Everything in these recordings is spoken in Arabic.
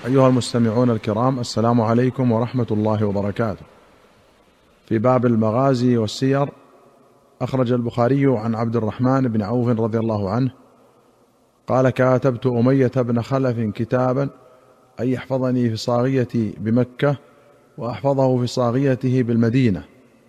أيها المستمعون الكرام، السلام عليكم ورحمة الله وبركاته. في باب المغازي والسير، أخرج البخاري عن عبد الرحمن بن عوف رضي الله عنه قال: كاتبت أمية بن خلف كتابا أن يحفظني في صاغيتي بمكة وأحفظه في صاغيته بالمدينة.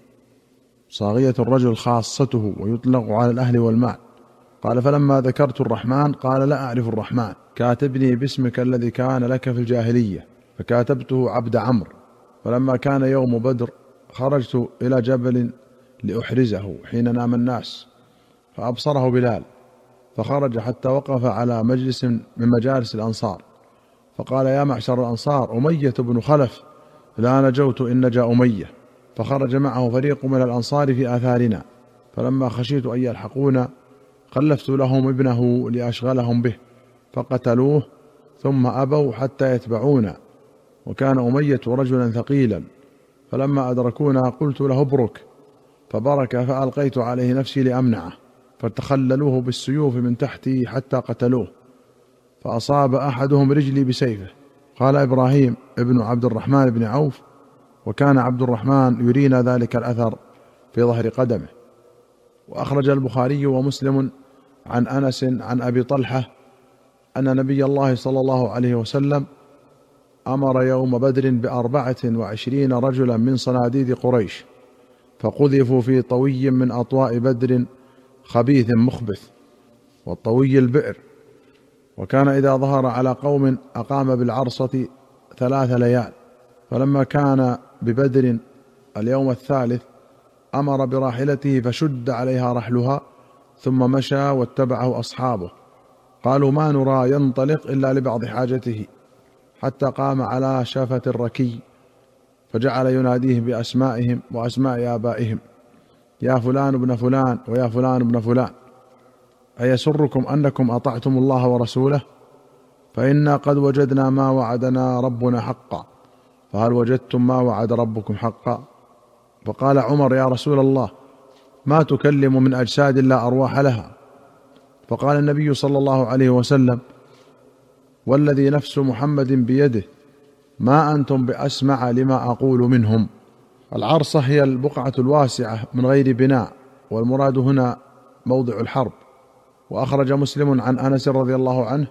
صاغية الرجل خاصته ويطلق على الأهل والمال. قال: فلما ذكرت الرحمن قال: لا أعرف الرحمن، كاتبني باسمك الذي كان لك في الجاهلية، فكاتبته عبد عمرو. فلما كان يوم بدر خرجت إلى جبل لأحرزه حين نام الناس، فأبصره بلال، فخرج حتى وقف على مجلس من مجالس الأنصار، فقال: يا معشر الأنصار، أمية بن خلف لا نجوت إن نجا أمية. فخرج معه فريق من الأنصار في آثارنا، فلما خشيت أن يلحقونا خلفت لهم ابنه لأشغلهم به، فقتلوه ثم أبوا حتى يتبعونا، وكان أمية رجلا ثقيلا. فلما أدركونا قلت له: ابرك، فبرك، فألقيت عليه نفسي لأمنعه، فتخللوه بالسيوف من تحتي حتى قتلوه، فأصاب أحدهم رجلي بسيفه. قال إبراهيم ابن عبد الرحمن بن عوف: وكان عبد الرحمن يرينا ذلك الأثر في ظهر قدمه. وأخرج البخاري ومسلم عن أنس عن أبي طلحة أن نبي الله صلى الله عليه وسلم أمر يوم بدر 24 رجلا من صناديد قريش، فقذفوا في طوي من أطواء بدر خبيث مخبث، والطوي البئر. وكان إذا ظهر على قوم أقام بالعرصة 3 ليال. فلما كان ببدر اليوم الثالث أمر براحلته فشد عليها رحلها، ثم مشى واتبعه أصحابه، قالوا: ما نرى ينطلق إلا لبعض حاجته، حتى قام على شافة الركي، فجعل يناديهم بأسمائهم وأسماء آبائهم: يا فلان ابن فلان ويا فلان ابن فلان، أيسركم أنكم أطعتم الله ورسوله؟ فإنا قد وجدنا ما وعدنا ربنا حقا، فهل وجدتم ما وعد ربكم حقا؟ فقال عمر: يا رسول الله، ما تكلم من أجساد لا أرواح لها؟ فقال النبي صلى الله عليه وسلم: والذي نفس محمد بيده ما أنتم بأسمع لما أقول منهم. العرصة هي البقعة الواسعة من غير بناء، والمراد هنا موضع الحرب. وأخرج مسلم عن أنس رضي الله عنه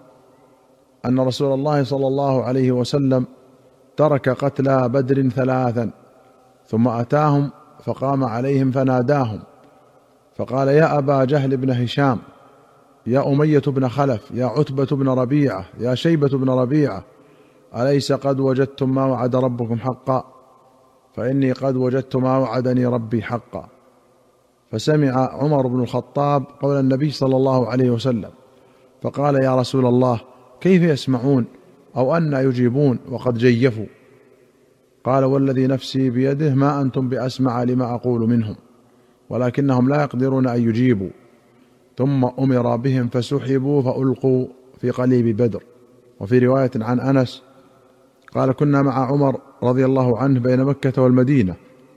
أن رسول الله صلى الله عليه وسلم ترك قتلى بدر 3، ثم أتاهم فقام عليهم فناداهم، فقال: يا أبا جهل بن هشام، يا أمية بن خلف، يا عتبة بن ربيعة، يا شيبة بن ربيعة، أليس قد وجدتم ما وعد ربكم حقا؟ فإني قد وجدت ما وعدني ربي حقا. فسمع عمر بن الخطاب قول النبي صلى الله عليه وسلم، فقال: يا رسول الله، كيف يسمعون أو أن يجيبون وقد جيفوا؟ قال: والذي نفسي بيده ما أنتم بأسمع لما أقول منهم، ولكنهم لا يقدرون أن يجيبوا. ثم أمر بهم فسحبوا فألقوا في قليب بدر. وفي رواية عن أنس قال: كنا مع عمر رضي الله عنه بين مكة والمدينة،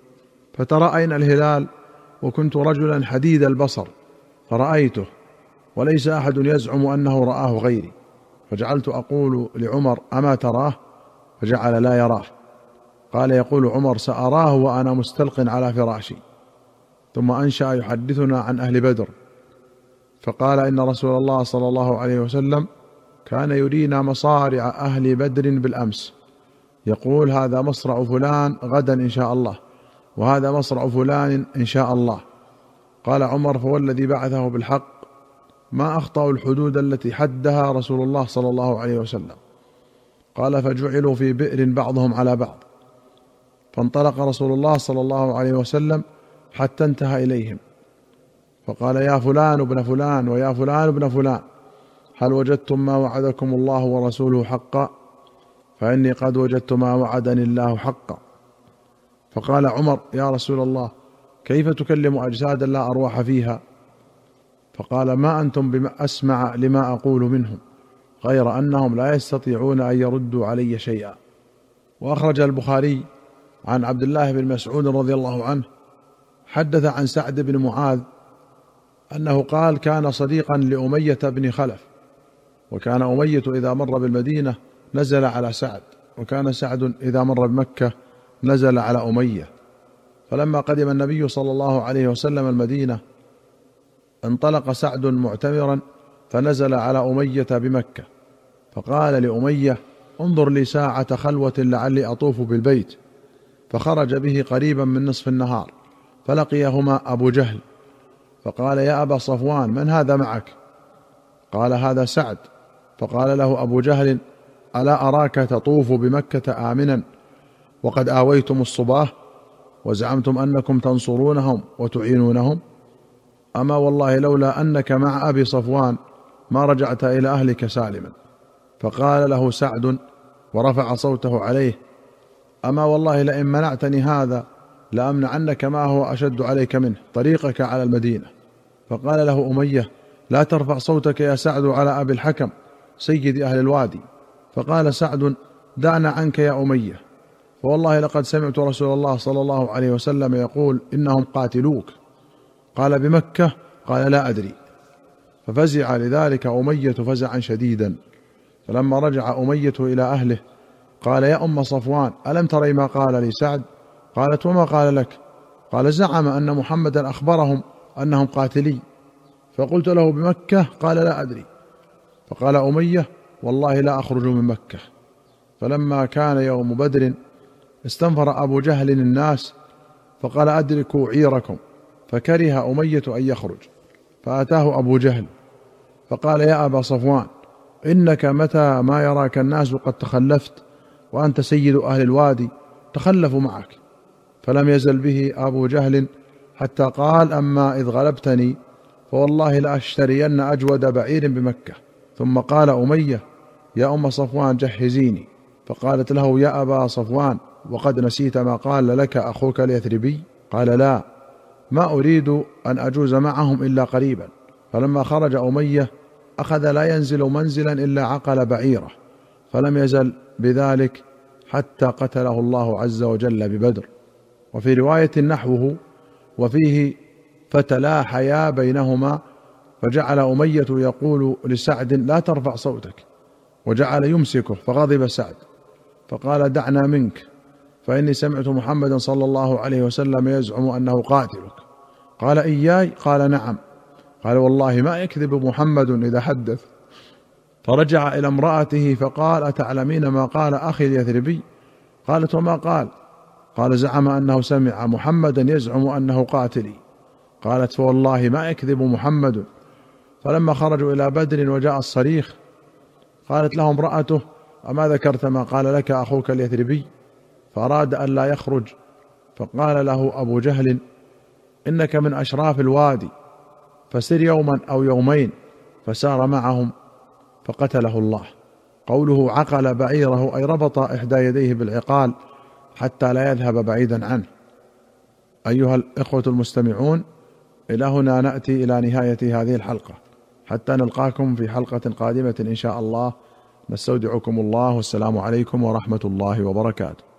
فترأينا الهلال، وكنت رجلا حديد البصر فرأيته، وليس أحد يزعم أنه رآه غيري، فجعلت أقول لعمر: أما تراه؟ فجعل لا يراه. قال يقول عمر: سأراه وأنا مستلق على فراشي. ثم أنشأ يحدثنا عن أهل بدر، فقال: إن رسول الله صلى الله عليه وسلم كان يرينا مصارع أهل بدر بالأمس، يقول: هذا مصرع فلان غدا إن شاء الله، وهذا مصرع فلان إن شاء الله. قال عمر: فوالذي بعثه بالحق ما أخطأوا الحدود التي حدها رسول الله صلى الله عليه وسلم. قال: فجعلوا في بئر بعضهم على بعض، فانطلق رسول الله صلى الله عليه وسلم حتى انتهى إليهم، فقال: يا فلان ابن فلان ويا فلان ابن فلان، هل وجدتم ما وعدكم الله ورسوله حقا؟ فإني قد وجدت ما وعدني الله حقا. فقال عمر: يا رسول الله، كيف تكلم أجسادا لا أرواح فيها؟ فقال: ما أنتم بأسمع لما أقول منهم، غير أنهم لا يستطيعون أن يردوا علي شيئا. وأخرج البخاري عن عبد الله بن مسعود رضي الله عنه حدث عن سعد بن معاذ أنه قال: كان صديقا لأمية بن خلف، وكان أمية إذا مر بالمدينة نزل على سعد، وكان سعد إذا مر بمكة نزل على أمية. فلما قدم النبي صلى الله عليه وسلم المدينة انطلق سعد معتمرا فنزل على أمية بمكة، فقال لأمية: انظر لي ساعة خلوة لعلي أطوف بالبيت. فخرج به قريبا من نصف النهار، فلقيهما أبو جهل، فقال: يا أبا صفوان، من هذا معك؟ قال: هذا سعد. فقال له أبو جهل: ألا أراك تطوف بمكة آمنا وقد آويتم الصباه وزعمتم أنكم تنصرونهم وتعينونهم؟ أما والله لولا أنك مع أبي صفوان ما رجعت إلى أهلك سالما. فقال له سعد ورفع صوته عليه: أما والله لئن منعتني هذا لأمنعنك ما هو أشد عليك منه، طريقك على المدينة. فقال له أمية: لا ترفع صوتك يا سعد على أبي الحكم سيد أهل الوادي. فقال سعد: دعنا عنك يا أمية، فوالله لقد سمعت رسول الله صلى الله عليه وسلم يقول: إنهم قاتلوك. قال: بمكة؟ قال: لا أدري. ففزع لذلك أمية فزعا شديدا. فلما رجع أمية إلى أهله قال: يا أم صفوان، ألم تري ما قال لي سعد؟ قالت: وما قال لك؟ قال: زعم أن محمدا أخبرهم أنهم قاتلي. فقلت له: بمكة؟ قال: لا أدري. فقال أمية: والله لا أخرج من مكة. فلما كان يوم بدر استنفر أبو جهل الناس فقال: أدركوا عيركم. فكره أمية أن يخرج، فأتاه أبو جهل فقال: يا أبا صفوان، إنك متى ما يراك الناس قد تخلفت وأنت سيد أهل الوادي تخلفوا معك. فلم يزل به أبو جهل حتى قال: أما إذ غلبتني فوالله لأشترين أجود بعير بمكة. ثم قال أمية: يا أم صفوان، جهزيني. فقالت له: يا أبا صفوان، وقد نسيت ما قال لك أخوك اليثربي؟ قال: لا، ما أريد أن أجوز معهم إلا قريبا. فلما خرج أمية أخذ لا ينزل منزلا إلا عقل بعيره، فلم يزل بذلك حتى قتله الله عز وجل ببدر. وفي رواية نحوه وفيه: فتلاحيا بينهما، فجعل أمية يقول لسعد: لا ترفع صوتك، وجعل يمسكه، فغضب سعد فقال: دعنا منك، فإني سمعت محمدا صلى الله عليه وسلم يزعم أنه قاتلك. قال: إياي؟ قال: نعم. قال: والله ما يكذب محمد إذا حدث. فرجع إلى امرأته فقال: أتعلمين ما قال أخي اليثربي؟ قالت: وما قال؟ قال: زعم أنه سمع محمدا يزعم أنه قاتلي. قالت: فوالله ما يكذب محمد. فلما خرجوا إلى بدر وجاء الصريخ قالت له امرأته: أما ذكرت ما قال لك أخوك اليثربي؟ فأراد أن لا يخرج، فقال له أبو جهل: إنك من أشراف الوادي، فسر يوما أو يومين. فسار معهم فقتله الله. قوله عقل بعيره أي ربط إحدى يديه بالعقال حتى لا يذهب بعيدا عنه. أيها الإخوة المستمعون، إلى هنا نأتي إلى نهاية هذه الحلقة، حتى نلقاكم في حلقة قادمة إن شاء الله. نستودعكم الله، والسلام عليكم ورحمة الله وبركاته.